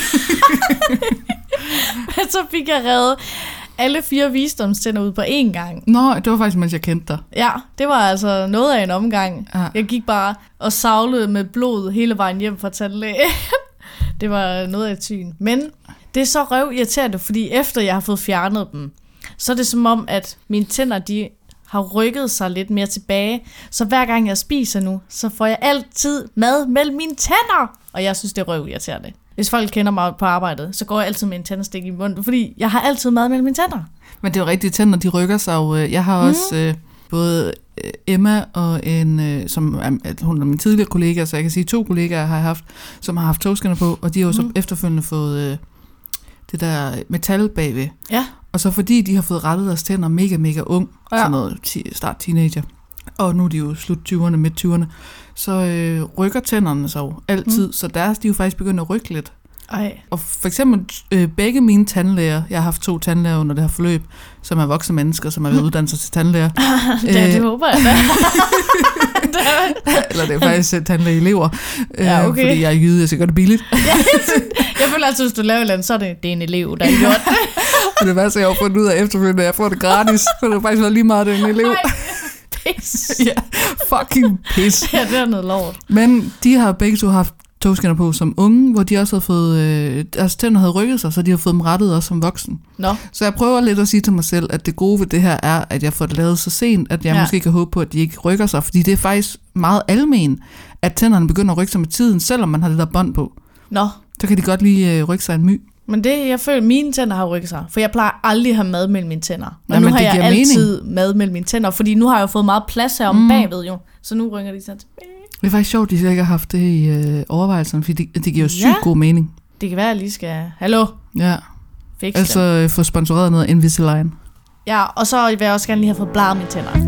Men så fik jeg revet alle fire visdomstænder ud på én gang. Nå, det var faktisk, mens jeg kendte dig. Ja, det var altså noget af en omgang. Ja. Jeg gik bare og savlede med blod hele vejen hjem fra tandlæge. Det var noget af et syn. Men det er så røvirriterende, fordi efter jeg har fået fjernet dem, så er det som om, at mine tænder, de har rykket sig lidt mere tilbage. Så hver gang jeg spiser nu, så får jeg altid mad mellem mine tænder. Og jeg synes, det er røvirriterende. Hvis folk kender mig på arbejdet, så går jeg altid med en tændstik i munden, fordi jeg har altid mad mellem mine tænder. Men det er jo rigtigt, tænder, de rykker sig jo. Jeg har mm. også øh, både Emma og en, øh, som er, hun er min tidligere kollega, så jeg kan sige to kollegaer har jeg haft, som har haft togskinner på, og de har jo mm. så efterfølgende fået øh, det der metal bagved. Ja. Og så fordi de har fået rettet deres tænder mega, mega ung, ja. Sådan noget start teenager, og nu er de jo slut tyverne, midt tyverne, så øh, rykker tænderne sig jo altid, mm. så deres de er jo faktisk begyndt at rykke lidt. Ej. Og for eksempel øh, begge mine tandlæger, jeg har haft to tandlæger under det her forløb, som er voksne mennesker, som er ved uddannet sig til tandlæger. det, øh, det håber jeg da. Eller det er faktisk tandlægeelever, ja, okay. øh, fordi jeg er jyde, jeg skal gøre det billigt. Jeg føler altid, hvis du laver et eller andet, så er det, det er en elev, der har gjort det. Og det værste, jeg har fundet ud af efterfølgende, at jeg får det gratis, så det er faktisk været lige meget, det er en elev. Nej, pis. Ja, fucking pis. Ja, det er noget lort. Men de har begge to haft togskinner på som unge, hvor de også havde fået, øh, deres tænder havde rykket sig, så de har fået dem rettet også som voksen. Nå. Så jeg prøver lidt at sige til mig selv, at det gode ved det her er, at jeg får det lavet så sent, at jeg ja. måske kan håbe på, at de ikke rykker sig, fordi det er faktisk meget almen, at tænderne begynder at rykke sig med tiden, selvom man har det der bånd på. Nå. Så kan de godt lige øh, rykke sig en my. Men det, jeg føler, mine tænder har rykket sig, for jeg plejer aldrig at have mad mellem mine tænder. Og ja, nu har jeg altid mening. mad mellem mine tænder, fordi nu har jeg jo fået meget plads herom mm. bagved jo, så nu rykker de sig tilbage. Det er faktisk sjovt, at de ikke har haft det i øh, overvejelserne, fordi det, det giver jo sygt ja. god mening. Det kan være, at jeg lige skal... Hallo? Ja. Fix altså øh, få sponsoreret noget Invisalign. Ja, og så vil jeg også gerne lige have fået bladet mine tænder.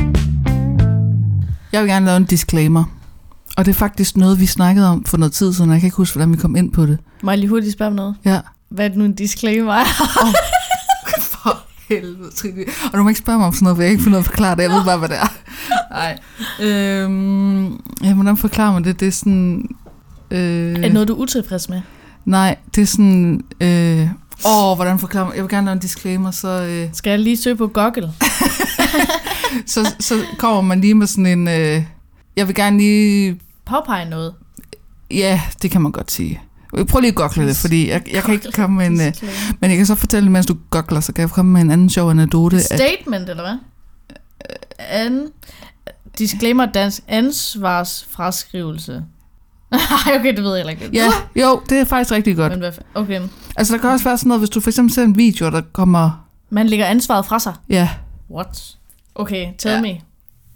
Jeg vil gerne lave en disclaimer. Og det er faktisk noget, vi snakkede om for noget tid siden, og jeg kan ikke huske, hvordan vi kom ind på det. Må jeg lige hurtigt spørge om noget? Ja. Hvad er det nu en disclaimer er? Oh, for helvede, Trine. Og du må ikke spørge mig om sådan noget, for jeg kan ikke finde noget at forklare det. Jeg ved bare, hvad det er. Nej. Øhm, ja, hvordan forklarer man det? Det er sådan... Øh, er det noget, du er utilfreds med? Nej, det er sådan... Øh, åh, hvordan forklarer man? Jeg vil gerne lave en disclaimer, så... Øh, Skal jeg lige søge på Google? så, så kommer man lige med sådan en... Øh, jeg vil gerne lige... Påpege noget? Ja, det kan man godt sige. Prøv lige at google det, fordi jeg, jeg kan ikke komme med en... Uh, men jeg kan så fortælle, mens du googler, så kan jeg komme med en anden sjov anekdote. Statement, at, eller hvad? An, disclaimer dansk ansvarsfraskrivelse. Nej, okay, det ved jeg ikke. Ja, jo, det er faktisk rigtig godt. Men hvad, okay. Altså, der kan også være sådan noget, hvis du for eksempel ser en video, der kommer... Man lægger ansvaret fra sig? Ja. What? Okay, tell ja. me.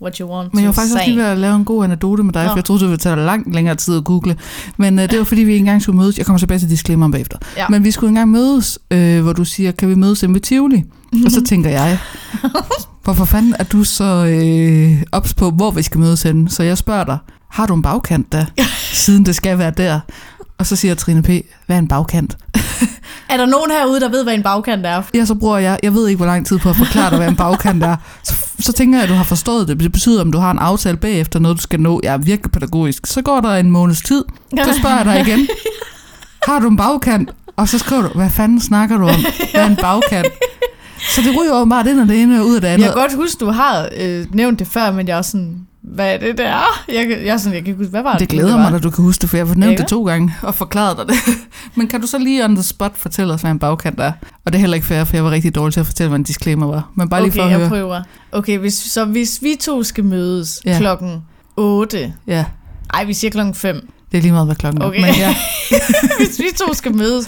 what you want Men jeg var to faktisk say. også lige ved at lave en god anekdote med dig, Nå. for jeg troede, det ville tage dig langt længere tid at google. Men øh, det var fordi, vi engang skulle mødes. Jeg kommer tilbage til disclaimeren bagefter. Ja. Men vi skulle engang mødes, øh, hvor du siger, kan vi mødes inde ved Tivoli? Mm-hmm. Og så tænker jeg, hvorfor fanden er du så øh, ops på, hvor vi skal mødes henne? Så jeg spørger dig, har du en bagkant der, siden det skal være der? Og så siger Trine P., hvad er en bagkant? Er der nogen herude, der ved, hvad en bagkant er? Ja, så bruger jeg, jeg ved ikke, hvor lang tid på at forklare dig, hvad en bagkant er. Så, så tænker jeg, at du har forstået det. Det betyder, om du har en aftale bagefter, noget du skal nå. Jeg er virkelig pædagogisk. Så går der en måneds tid, så spørger jeg dig igen. Har du en bagkant? Og så skriver du, hvad fanden snakker du om? Hvad er en bagkant? Så det ryger jo bare det ene og det ene og ud af det andet. Jeg kan godt huske, du har øh, nævnt det før, men jeg er sådan, hvad er det der? Jeg, jeg, er sådan, jeg kan ikke huske, hvad var det? Det glæder det mig, at du kan huske det, for jeg har nævnt Ikke? det to gange og forklaret dig det. Men kan du så lige on the spot fortælle os, hvad en bagkant er? Og det er heller ikke fair, for jeg var rigtig dårlig til at fortælle, hvad en disclaimer var. Men bare lige okay, for at jeg høre. prøver. Okay, hvis, så hvis vi to skal mødes Ja. klokken otte. Ja, Ej, vi siger klokken fem. det er lige meget, hvad klokken er. Okay. Men ja. Hvis vi to skal mødes,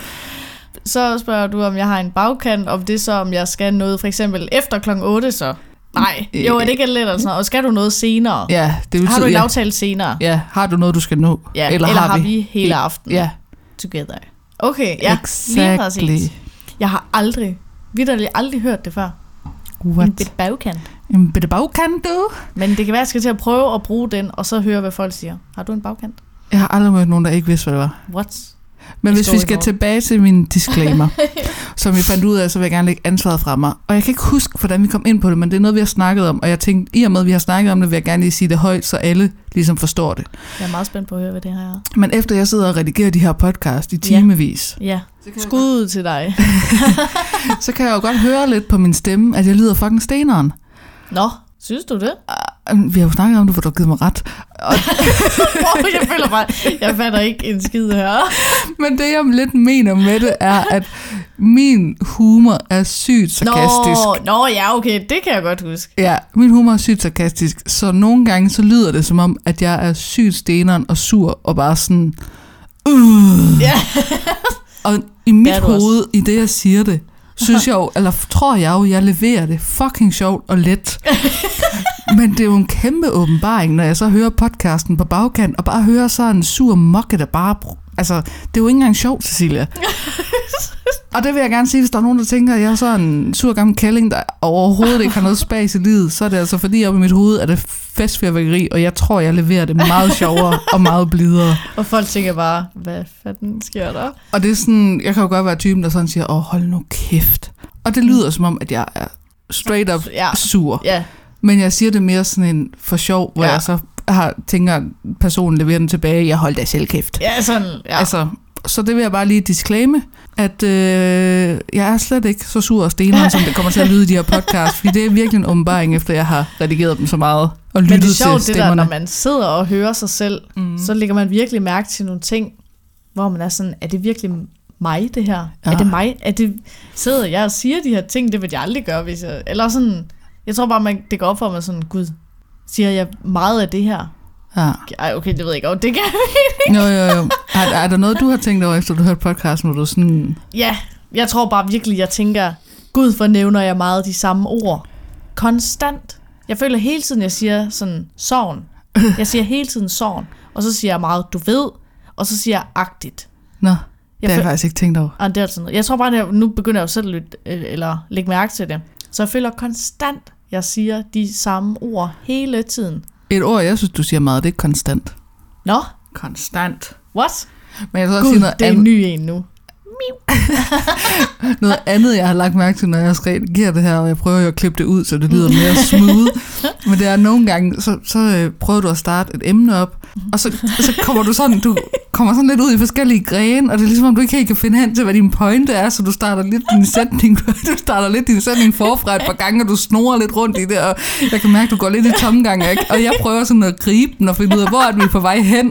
så spørger du, om jeg har en bagkant, om det så, om jeg skal noget, for eksempel efter klokken otte, så. Nej, jo, er det ikke lidt eller sådan noget? Og skal du noget senere? Ja, det betyder, Har du en ja. aftale senere? Ja, har du noget, du skal nå? Ja, eller, eller har, har vi? vi hele aftenen Ja, together? Okay, ja, exactly. lige præcis. Jeg har aldrig, vitterligt aldrig hørt det før. What? En bit bagkant. En bitte bagkant, du? Men det kan være, at jeg skal til at prøve at bruge den, og så høre, hvad folk siger. Har du en bagkant? Jeg har aldrig mødt nogen, der ikke vidste, hvad det var. What? Men Det hvis står vi i skal vores. tilbage til min disclaimer, som vi fandt ud af, så vil jeg gerne lægge ansvaret fra mig. Og jeg kan ikke huske, hvordan vi kom ind på det, men det er noget, vi har snakket om. Og jeg tænkte, i og med, at vi har snakket om det, vil jeg gerne lige sige det højt, så alle ligesom forstår det. Jeg er meget spændt på at høre, hvad det her er. Men efter jeg sidder og redigerer de her podcast i timevis, Ja, skud ud til dig. så kan jeg jo godt høre lidt på min stemme, at jeg lyder fucking steneren. Nå, synes du det? Vi har jo snakket om det, hvor du har givet mig ret. Og Jeg føler bare, jeg fatter ikke en skid her. men det, jeg lidt mener med det, er, at min humor er sygt sarkastisk. Nå, nå, ja, okay, det kan jeg godt huske. Ja, min humor er sygt sarkastisk, så nogle gange så lyder det som om, at jeg er sygt steneren og sur, og bare sådan... Uh. Ja. Og i mit Det er du hoved, i det jeg siger det, synes jeg jo, eller tror jeg jo, jeg leverer det fucking sjovt og let. Men det er jo en kæmpe åbenbaring, når jeg så hører podcasten på bagkant, og bare hører sådan en sur mokke, der bare... Altså, det er jo ikke engang sjovt, Cecilia. Og det vil jeg gerne sige, hvis der er nogen, der tænker, at jeg er sådan en sur gammel kælling, der overhovedet ikke har noget spas i livet, så er det altså fordi, oppe i mit hoved er det festfyrværkeri, og jeg tror, jeg leverer det meget sjovere og meget blidere. Og folk tænker bare, hvad fanden sker der? Og det er sådan, jeg kan jo godt være typen, der sådan siger, åh, hold nu kæft. Og det lyder som om, at jeg er straight up Ja. sur. Ja, Men jeg siger det mere sådan en for sjov, hvor Ja. ja. jeg så har, tænker, at personen leverer den tilbage, jeg holder da selv kæft. ja sådan, ja. Altså, så det vil jeg bare lige disclaime, at øh, jeg er slet ikke så sur og steneren, som det kommer til at lyde i de her podcasts, fordi det er virkelig en åbenbaring, efter jeg har redigeret dem så meget og lyttet Men det er til sjovt, det der, stemmerne. når man sidder og hører sig selv, mm. så lægger man virkelig mærke til nogle ting, hvor man er sådan, er det virkelig mig, det her? Ja. Er det mig? Er det, sidder jeg og siger de her ting, det vil jeg aldrig gøre, hvis jeg... Eller sådan, jeg tror bare, man, det går op for mig sådan, gud, siger jeg meget af det her? Ja. Ej, okay, det ved jeg ikke, og det kan jeg ikke. Jo, jo, jo. Er, er der noget, du har tænkt over, efter du har hørt podcasten, hvor du sådan... Ja, jeg tror bare virkelig, jeg tænker, gud, hvor nævner jeg meget de samme ord. Konstant. Jeg føler hele tiden, jeg siger sådan, sorgen. Jeg siger hele tiden sorgen. Og så siger jeg meget, du ved. Og så siger jeg agtigt. Nå, Jeg det har jeg føl- faktisk ikke tænkt over. Ah, det er sådan noget. Jeg tror bare, at nu begynder jeg jo selv at lytte, øh, eller lægge mærke til det. Så jeg føler konstant, jeg siger de samme ord hele tiden. Et ord, jeg synes, du siger meget, det er konstant. Nå, Konstant. what? Men jeg vil også Gud, sige noget, det er en andet, ny en nu. noget andet, jeg har lagt mærke til, når jeg skal redigere det her, og jeg prøver jo at klippe det ud, så det lyder mere smooth. Men det er nogle gange, så, så øh, prøver du at starte et emne op, og så, så kommer du sådan, du kommer sådan lidt ud i forskellige grene, og det er ligesom, om du ikke helt kan finde hen til, hvad din pointe er, så du starter lidt din sætning, du starter lidt din sætning forfra et par gange, og du snorer lidt rundt i det, og jeg kan mærke, at du går lidt i tomgang, ikke? Og jeg prøver sådan at gribe den og finde ud af, hvor er vi på vej hen.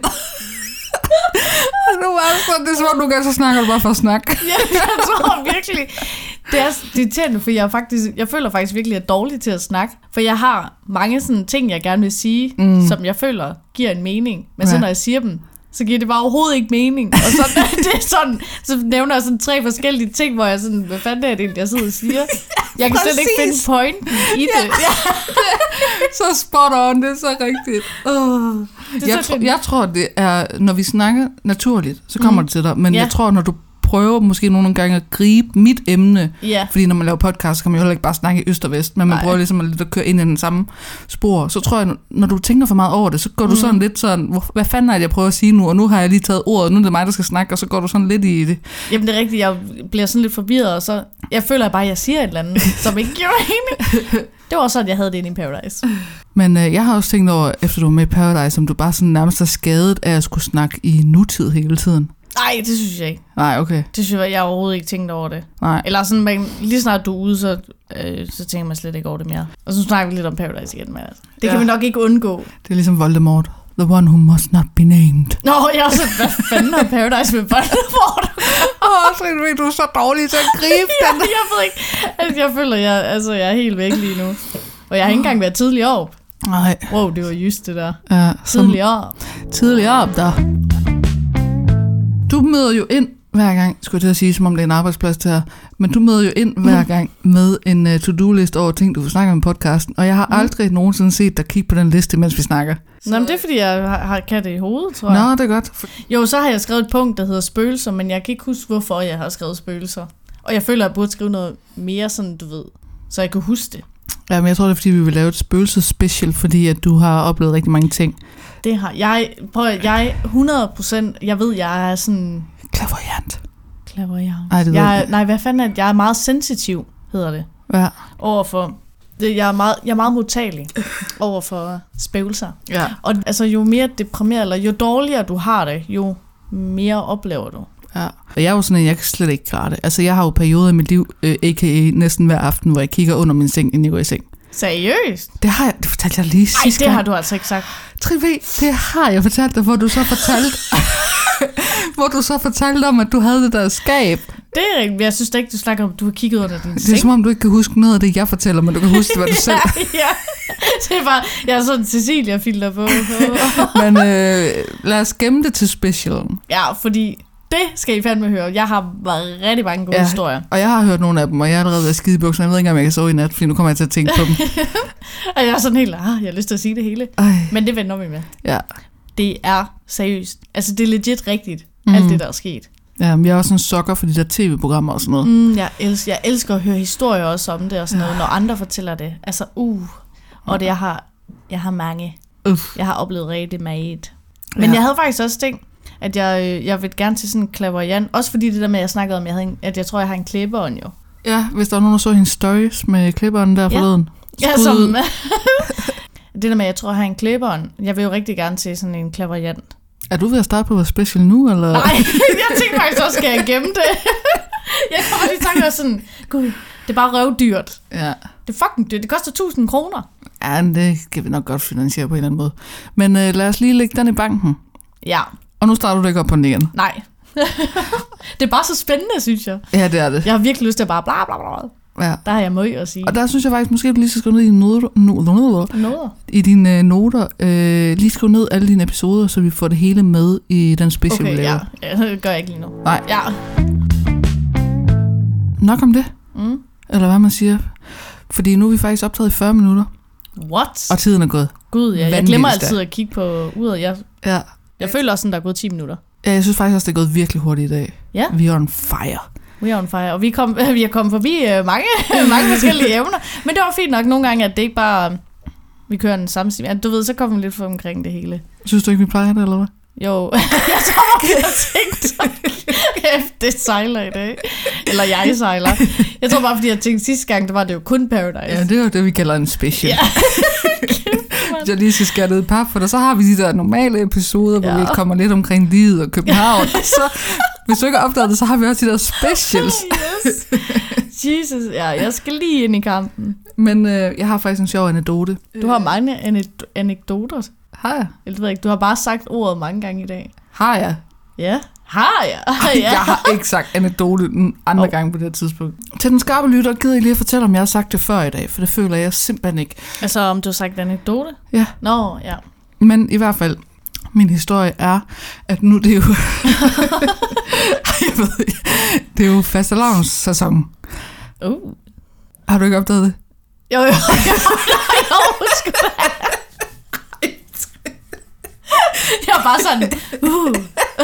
Nu var det sådan, det er som om, du kan, så snakker du bare for at snakke. Ja, jeg tror virkelig. Det er, det er irriterende, for jeg, er faktisk, jeg føler faktisk virkelig, at jeg er dårlig til at snakke. For jeg har mange sådan ting, jeg gerne vil sige, mm. som jeg føler giver en mening. Men så Ja. når jeg siger dem, så giver det bare overhovedet ikke mening. Og så, det er sådan, så nævner jeg sådan tre forskellige ting, hvor jeg sådan, hvad fanden er det, jeg sidder og siger? Jeg kan slet ikke finde pointen i det. Ja. Så spot on, det er så rigtigt. Uh. Det jeg, tro, jeg tror, det er, når vi snakker naturligt, så kommer mm. det til dig. Men ja. jeg tror, når du prøver måske nogle gange at gribe mit emne, yeah. fordi når man laver podcast, så kan man jo heller ikke bare snakke i øst og vest, men man Nej. prøver ligesom at, at køre ind i den samme spor. Så tror jeg, når du tænker for meget over det, så går du mm. sådan lidt sådan, hvor, hvad fanden er det, jeg prøver at sige nu, og nu har jeg lige taget ordet, og nu er det mig, der skal snakke, og så går du sådan lidt i det. Jamen det er rigtigt, jeg bliver sådan lidt forvirret, og så, jeg føler bare, at jeg siger et eller andet, som ikke giver mening. Det var sådan, jeg havde det inde i Paradise. Men øh, jeg har også tænkt over, efter du var med i Paradise, om du bare sådan nærmest er skadet af at skulle snakke i nutid hele tiden. Nej, det synes jeg ikke. Nej, okay. Det synes jeg, jeg har overhovedet ikke tænkt over det. Nej. Eller sådan, man, lige snart du er ude, så, øh, så tænker man slet ikke over det mere. Og så snakker vi lidt om Paradise igen. Men altså, det ja. kan vi nok ikke undgå. Det er ligesom Voldemort. The one who must not be named. Nå, jeg er så, hvad fanden har Paradise med Voldemort? Åh, oh, så du er så dårlig til at gribe ja, den. Jeg ved ikke. Altså, jeg føler, jeg, altså, jeg er helt væk lige nu. Og jeg har ikke engang været tidlig op. Nej. Wow, det var just det der. Ja, tidlig op. Tidlig op, der. Du møder jo ind hver gang, skulle jeg til at sige, som om det er en arbejdsplads til her, men du møder jo ind hver gang med en uh, to-do-liste over ting, du får snakke om i podcasten, og jeg har mm. aldrig nogensinde set dig kigge på den liste, mens vi snakker. Så... Nå, men det er, fordi jeg har, har kan det i hovedet, tror jeg. Nå, det er godt. Jo, så har jeg skrevet et punkt, der hedder spøgelser, men jeg kan ikke huske, hvorfor jeg har skrevet spøgelser. Og jeg føler, at jeg burde skrive noget mere, sådan du ved, så jeg kan huske det. Ja, men jeg tror, det er, fordi vi vil lave et spøgelses-special, fordi at du har oplevet rigtig mange ting. Det har jeg. Prøv at jeg hundrede procent, jeg ved, jeg er sådan... Clairvoyant. Clairvoyant. Ej, det jeg, jeg. Nej, hvad fanden er det? Jeg er meget sensitiv, hedder det. Ja. Overfor... Det, jeg, er meget, jeg er meget modtagelig over for spøgelser. Ja. Og altså, jo mere deprimeret, eller jo dårligere du har det, jo mere oplever du. Ja. Og jeg er jo sådan en, jeg kan slet ikke klare det. Altså, jeg har jo perioder i mit liv, øh, a k a næsten hver aften, hvor jeg kigger under min seng, inden jeg går i seng. Seriøst? Det har jeg, det fortalte jeg lige sidst. Ej, det har du altså ikke sagt. Trine V, det har jeg fortalt dig, hvor du så fortalte, hvor du så fortalte om, at du havde det der skab. Det er rigtigt. Jeg synes da ikke, du snakker om, at du har kigget under din seng. Det er som om, du ikke kan huske noget af det, jeg fortæller, men du kan huske det, hvad du selv. ja, ja. Det er bare, jeg er sådan en Cecilia-filter på. Men øh, lad os gemme det til specialen. Ja, fordi... Det skal I fandme høre. Jeg har været rigtig mange gode ja, historier. Og jeg har hørt nogle af dem, og jeg har allerede været skide i bukserne. Jeg ved ikke, om jeg kan sove i nat, fordi nu kommer jeg til at tænke på dem. Og jeg er sådan helt, ah, jeg har lyst til at sige det hele. Ej. Men det vender vi med. Ja. Det er seriøst. Altså, det er legit rigtigt, mm. alt det, der er sket. Ja, men jeg er også en sokker for de der tv-programmer og sådan noget. Mm, jeg, elsker, jeg elsker at høre historier også om det og sådan noget, når andre fortæller det. Altså, uh. Og det, jeg har, jeg har mange. Uff. Jeg har oplevet rigtig meget. Men ja. Jeg havde faktisk også tænkt, at jeg, jeg vil gerne til sådan en clairvoyant. Også fordi det der med, at jeg snakkede om, jeg havde en, at jeg tror, jeg har en klippeånd jo. Ja, hvis der var nogen, der så hendes stories med klippeånden der ja. forleden. Ja, som... det der med, at jeg tror, jeg har en klippeånd. Jeg vil jo rigtig gerne til sådan en clairvoyant. Er du ved at starte på vores special nu, eller? Nej, jeg tænkte faktisk også, skal jeg gemme det? Jeg kommer lige tænke sådan, gud, det er bare røvdyrt. Ja. Det er fucking dyrt. Det koster tusind kroner. Ja, det kan vi nok godt finansiere på en eller anden måde. Men øh, lad os lige lægge den i banken. Ja. Og nu starter du ikke op på den igen. Nej. Det er bare så spændende, synes jeg. Ja, det er det. Jeg har virkelig lyst til at bare bla bla bla. Ja. Der har jeg møg at sige. Og der synes jeg faktisk, måske du lige skal skrive ned i dine noter. noter, noter. I dine noter. Øh, lige skrive ned alle dine episoder, så vi får det hele med i den special, okay, vi laver. Ja. ja, det gør jeg ikke lige nu. Nej. Ja. Nok om det. Mm. Eller hvad man siger. Fordi nu er vi faktisk optaget i fyrre minutter. What? Og tiden er gået. Gud, ja. Jeg glemmer altid at kigge på uret. Jeg, ja. jeg føler også, at der er gået ti minutter. Ja, jeg synes faktisk også, det er gået virkelig hurtigt i dag. Ja. Vi er on fire. We are on fire. Og vi, kom, vi er kommet forbi uh, mange, mange forskellige emner. Men det var fint nok nogle gange, at det ikke bare... Um, vi kører den samme stil. Du ved, så kommer vi lidt for omkring det hele. Synes du ikke, vi plejer det, eller hvad? Jo, jeg tror, vi har tænkt det sejler i dag. Eller jeg sejler. Jeg tror bare, fordi jeg tænkte sidste gang, der var det jo kun Paradise. Ja, det er jo det, vi kalder en special. Ja. Hvis jeg lige skal skære det i pap, for der, så har vi de der normale episoder, hvor ja. vi kommer lidt omkring livet og København. Ja. Så hvis du ikke har opdaget det, så har vi også de der specials. Yes. Jesus, ja, jeg skal lige ind i kampen. Men øh, jeg har faktisk en sjov anekdote. Du har mange anekdoter. Har jeg? Jeg ved ikke, du har bare sagt ordet mange gange i dag. Har jeg? Ja. Har jeg? Ja. Jeg har ikke sagt anekdote andre oh. gange på det her tidspunkt. Til den skarpe lytter gider jeg lige at fortælle, om jeg har sagt det før i dag, for det føler jeg simpelthen ikke. Altså om du har sagt anekdote? Ja. Nå, ja. Men i hvert fald, min historie er, at nu det er jo... jeg ved ikke. Det er jo fastelavnssæson. Uh. Har du ikke opdaget det? Jo, jo, jo, jo, sgu da. Jeg er bare sådan, uh.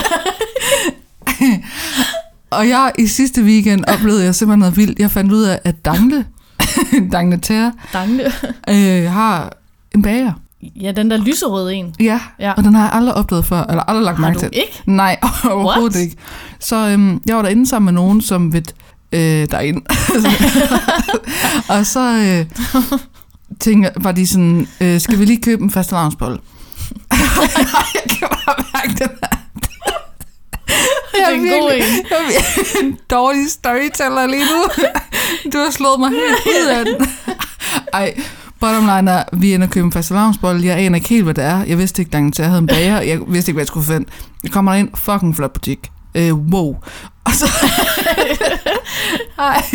Og jeg i sidste weekend oplevede jeg simpelthen noget vildt. Jeg fandt ud af, at Dangle, Dangle Terre, Dangle. Øh, har en bager. Ja, den der lyserøde en. Ja, ja, og den har jeg aldrig opdaget før, eller aldrig lagt mærke til. Har du ikke? Nej, overhovedet What? ikke. Så øhm, jeg var derinde sammen med nogen, som ved øh, derinde. Og så øh, tænkte, var de sådan, øh, skal vi lige købe en fastelavnsbolle? Jeg kan bare mærke den her. Det er en god en. Jeg er en dårlig storyteller lige nu. Du har slået mig helt ud af den. Ej, bottom line er, vi ender at købe en fastelavnsbolle. Jeg aner ikke helt, hvad det er. Jeg vidste ikke, at jeg havde en bager. Jeg vidste ikke, hvad jeg skulle finde. Jeg kommer ind, fucking flot butik. Øh, wow. Og så... ej.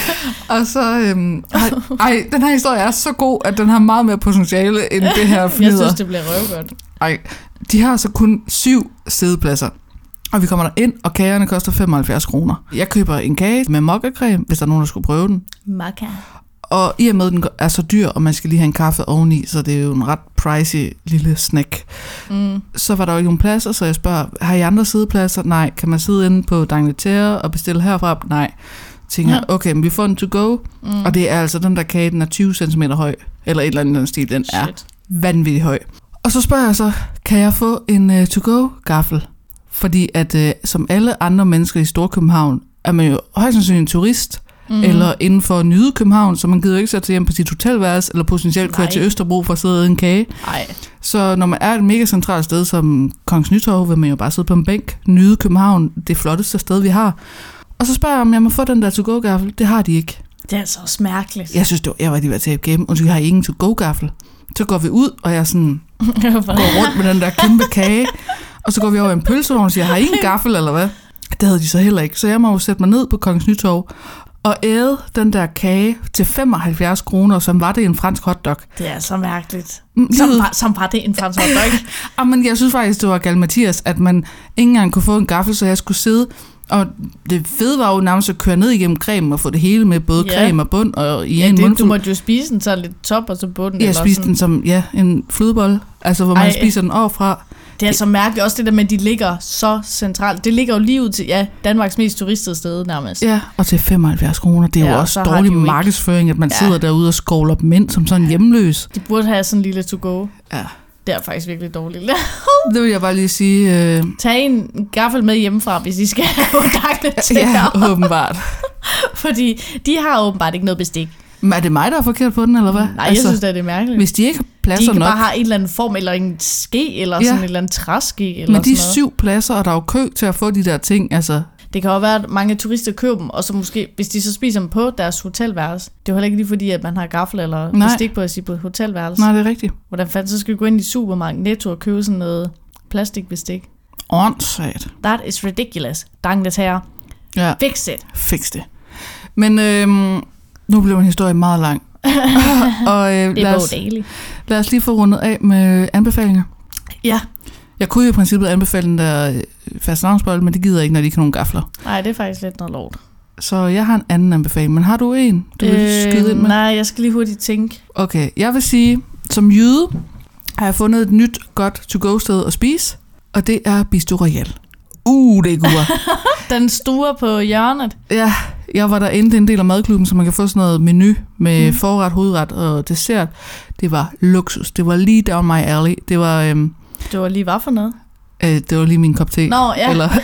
Og så... Øhm, ej, ej, den her historie er så god, at den har meget mere potentiale end det her fnider. Jeg synes, det bliver røvgodt. Ej, de har så kun syv sædepladser. Og vi kommer der ind, og kagerne koster femoghalvfjerds kroner. Jeg køber en kage med mokkacreme, hvis der er nogen, der skulle prøve den. Mokka. Og i og med, den er så dyr, og man skal lige have en kaffe oveni, så det er jo en ret pricey lille snack. Mm. Så var der jo ikke nogen pladser, så jeg spørger, har I andre sidepladser? Nej. Kan man sidde inde på Dangle Terre og bestille herfra? Nej. Tænker, ja. Okay, men vi får en to go, mm. og det er altså den der kage, den er tyve centimeter høj, eller et eller andet stil, den Shit. er vanvittig høj. Og så spørger jeg så, kan jeg få en uh, to go gaffel? Fordi at uh, som alle andre mennesker i Storkøbenhavn, er man jo højst sandsynligt en turist, mm. eller inden for at nyde København, så man gider jo ikke sætte hjem på sit hotelværelse, eller potentielt køre til Østerbro for at sidde og æde en kage. Nej. Så når man er et mega centralt sted som Kongens Nytorv, vil man jo bare sidde på en bænk, nyde København, det flotteste sted, vi har. Og så spørger jeg, om jeg må få den der to-go-gaffel. Det har de ikke. Det er altså også mærkeligt. Jeg synes, det var, jeg var lige ved at tabe game, og så har I ingen to-go-gaffel. Så går vi ud, og jeg sådan går rundt med den der kæmpe kage, og så går vi over i en pølsevogn og siger, har I ingen gaffel, eller hvad? Det havde de så heller ikke. Så jeg må jo sætte mig ned på Kongens Nytorv og æde den der kage til femoghalvfjerds kroner, som var det en fransk hotdog. Det er så mærkeligt. Som var, som var det en fransk hotdog. Men jeg synes faktisk, det var gal Mathias, at man ikke engang kunne få en gaffel, så jeg skulle sidde. Og det fede var jo nærmest at køre ned igennem cremen og få det hele med, både ja. creme og bund og i ja, en mundfuld. Du måtte jo spise den så lidt top og så bunden. Jeg spiste den som ja, en flødebolle, altså hvor man Ej. spiser den overfra. Det er så mærkeligt også det der med, at de ligger så centralt. Det ligger jo lige ud til ja, Danmarks mest turistede sted nærmest. Ja, og til femoghalvfjerds kroner. Det er ja, jo også dårlig markedsføring, at man ja. sidder derude og skovler dem ind som sådan ja. hjemløs. De burde have sådan en lille to-go. Ja. Det er faktisk virkelig dårligt. Det vil jeg bare lige sige. Øh... Tag en gaffel med hjemmefra, hvis I skal have Dangle til. Ja, åbenbart. Fordi de har åbenbart ikke noget bestik. Men er det mig, der er forkert på den, eller hvad? Nej, altså, jeg synes, det er mærkeligt. Hvis de ikke har pladser nok... De kan nok, bare have en eller anden form, eller en ske, eller ja. sådan en eller anden træske, eller men de sådan syv pladser, og der er jo kø til at få de der ting, altså... Det kan jo være, at mange turister køber dem, og så måske, hvis de så spiser dem på deres hotelværelse. Det er jo heller ikke lige fordi, at man har gaffel eller Nej. bestik på at sige på hotelværelse. Nej, det er rigtigt. Hvordan fanden så skal vi gå ind i supermarkedet Netto og købe sådan noget plastikbestik? Åndssvagt. That is ridiculous. Dangle Terre. Ja. Fix it. Fix det. Men øhm, nu blev en historie meget lang. og, øh, det er lad, os, lad os lige få rundet af med anbefalinger. Ja. Jeg kunne jo i princippet anbefale den der fastelavnsbolle, men det gider ikke, når de ikke har nogen gafler. Nej, det er faktisk lidt noget lort. Så jeg har en anden anbefaling, men har du en, du vil øh, skyde ind med? Nej, jeg skal lige hurtigt tænke. Okay, jeg vil sige, som jyde har jeg fundet et nyt godt to-go-sted at spise, og det er Bistro Royal. Uh, det er god. Den store på hjørnet. Ja, jeg var derinde, det er en del af madklubben, så man kan få sådan noget menu med mm. forret, hovedret og dessert. Det var luksus. Det var lige down my alley. Det var... Øhm, det var lige hvad for noget? Øh, det var lige min kop te. Nå, ja. Eller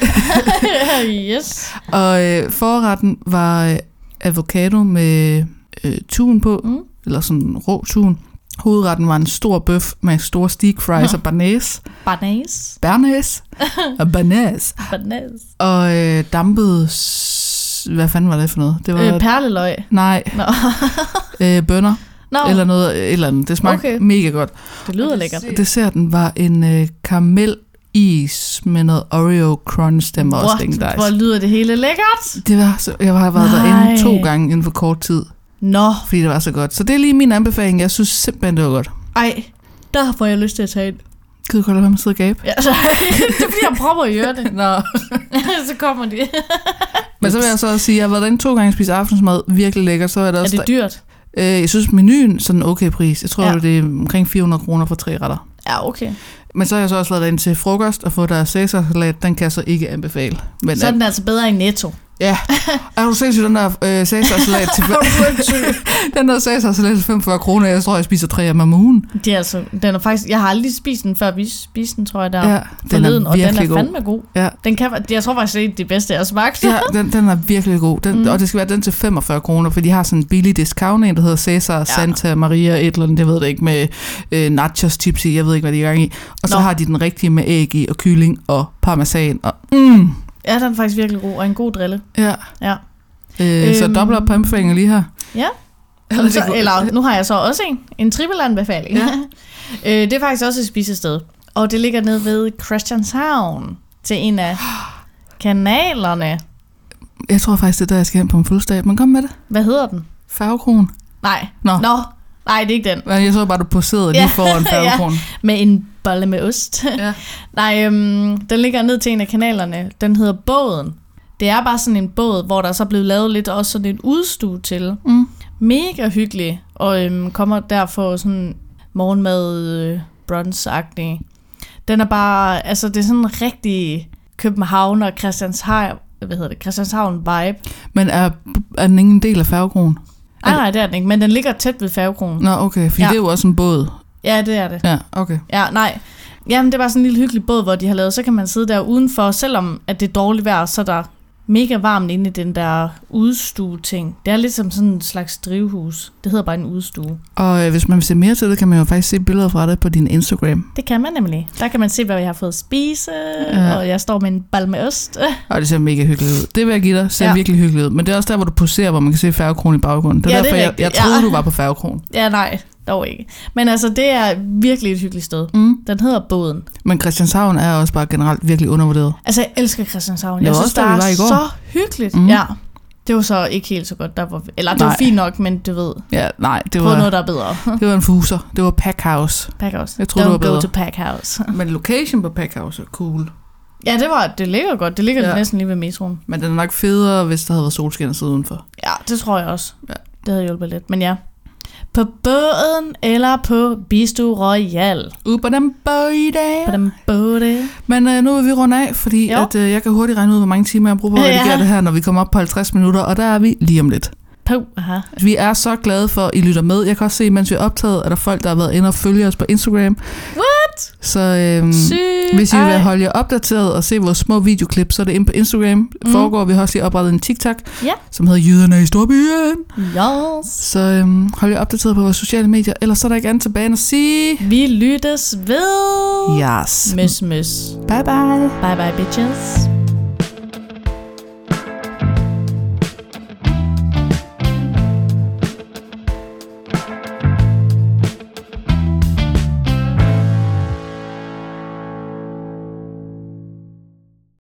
yes. Og øh, forretten var øh, avocado med øh, tun på, mm. eller sådan rå tun. Hovedretten var en stor bøf med store steak fries og banæs. Banæs? Banæs. Banæs. Banæs. Og øh, dampede... Hvad fanden var det for noget? Det var, øh, perleløg? Nej. No. øh, bønner. No. Eller noget et eller andet. Det smagte okay. mega godt. Det lyder lækkert. Desserten var en øh, karamelis med noget Oreo crunch. Den var også lækkert. Hvor lyder det hele lækkert? Det var så, jeg har været Nej. derinde to gange inden for kort tid. Nå. Fordi det var så godt. Så det er lige min anbefaling. Jeg synes simpelthen, det var godt. Ej, der får jeg lyst til at tage ind. Kan du godt lade være med at sidde og gabe? Ja, så, det bliver jeg prøver at gøre det. Nå. Så kommer de. Men så vil jeg så også sige, at jeg har været derinde to gange og spise aftensmad. Virkelig lækkert. Så er, det også er det dyrt? Der, øh, jeg synes, menuen sådan en okay pris. Jeg tror, ja. det er omkring fire hundrede kroner for tre retter. Ja, okay. Men så har jeg så også lavet ind til frokost og fået der Cæsar-salat. Den kan jeg så ikke anbefale. Men så er den altså bedre i Netto. Ja. Er du sindssygt, den der øh, Cæsar-salat til den der Cæsar-salat til femogfyrre kroner. Jeg tror, jeg spiser tre af dem om ugen. Det er altså, den er faktisk, jeg har aldrig spist den, før vi spiste den, tror jeg, der ja, den forleden, er og den er god. fandme god. Ja. Den kan, jeg tror faktisk, det er det bedste, jeg har smagt. Ja, den, den er virkelig god. Den, mm. Og det skal være den til femogfyrre kroner, for de har sådan en billig discount, en der hedder Cæsar, ja. Santa Maria, et eller andet, jeg ved det ikke, med øh, nachos, chips i, jeg ved ikke, hvad de er i gang i. Og så Nå. har de den rigtige med æg i, og kylling, og parmesan, og mm. Ja, den er faktisk virkelig god, og en god drille. Ja. Ja. Øh, øhm, så dobbelt op på anbefalinger lige her. Ja. Så, eller nu har jeg så også en, en triple-anbefaling. Ja. øh, det er faktisk også et spisested. Og det ligger nede ved Christianshavn til en af kanalerne. Jeg tror faktisk, det er der, jeg skal hen på en fødselsdag. Men kom med det. Hvad hedder den? Farvekron. Nej. Nå. Nå. Nej, det er ikke den. Men jeg så bare, du poserede lige foran Farvekron. Ja, med en bolle med ost. Ja. Nej, øhm, den ligger ned til en af kanalerne. Den hedder Båden. Det er bare sådan en båd, hvor der så er blevet lavet lidt også sådan en udstue til. Mm. Mega hyggelig. Og øhm, kommer der for sådan morgenmad, øh, brunch-agtig. Den er bare, altså det er sådan en rigtig København og Christianshavn, hvad hedder det, Christianshavn-vibe. Men er, er den ingen del af Færgekronen? Nej, nej, det er den ikke, men den ligger tæt ved Færgekronen. Nå, okay, for ja. Det er jo også en båd. Ja, det er det. Ja, okay. Ja, nej. Jamen, det var sådan en lille hyggelig båd, hvor de har lavet, så kan man sidde der udenfor, selvom at det er dårligt vejr, så er der mega varmt inde i den der udstue-ting. Det er lidt som sådan en slags drivhus. Det hedder bare en udstue. Og øh, hvis man vil se mere til det, kan man jo faktisk se billeder fra det på din Instagram. Det kan man nemlig. Der kan man se, hvad jeg har fået at spise, ja. Og jeg står med en bal med ost. Og det ser mega hyggeligt ud. Det vil jeg give dig. Det ser ja. virkelig hyggeligt ud. Men det er også der, hvor du poserer, hvor man kan se Færgekronen i baggrunden. Det er ja, derfor, det er jeg, jeg troede, ja. du var på Færgekronen. Ja, nej. Dog ikke. Men altså, det er virkelig et hyggeligt sted. Mm. Den hedder Båden. Men Christianshavn er også bare generelt virkelig undervurderet. Altså, jeg elsker Christianshavn. Jeg, jeg synes, der, det er så hyggeligt. Mm. Ja. Det var så ikke helt så godt. Der var, eller det nej. var fint nok, men du ved. Ja, nej. Det var var noget, der er bedre. Det var en fuser. Det var Packhouse. Packhouse. Jeg tror, det var bedre. Don't go to Packhouse. Men location på Packhouse er cool. Ja, det var det ligger godt. Det ligger ja. næsten lige ved metroen. Men den er nok federe, hvis der havde været solskin og sidde udenfor. Ja, det tror jeg også. Ja. Det havde hjulpet lidt. Men ja. På båden eller på Bistro Royal. Ude på den båd. På den båd. Men øh, nu vil vi runde af, fordi at, øh, jeg kan hurtigt regne ud, hvor mange timer jeg bruger på at redigere ja. det her, når vi kommer op på halvtreds minutter, og der er vi lige om lidt. Puh, aha. Vi er så glade for, at I lytter med. Jeg kan også se, mens vi er optaget, at der er folk, der har været inde og følger os på Instagram. What? Så øhm, hvis I vil holde jer opdateret og se vores små videoklip, så er det inde på Instagram. Mm. Foregår, vi har også lige oprettet en TikTok, yeah. som hedder Jyderne i Storbyen. Yes. Så øhm, hold jer opdateret på vores sociale medier, ellers så er der ikke andet tilbage at sige. Vi lyttes ved. Yes. Møs, møs. Bye bye. Bye bye, bitches.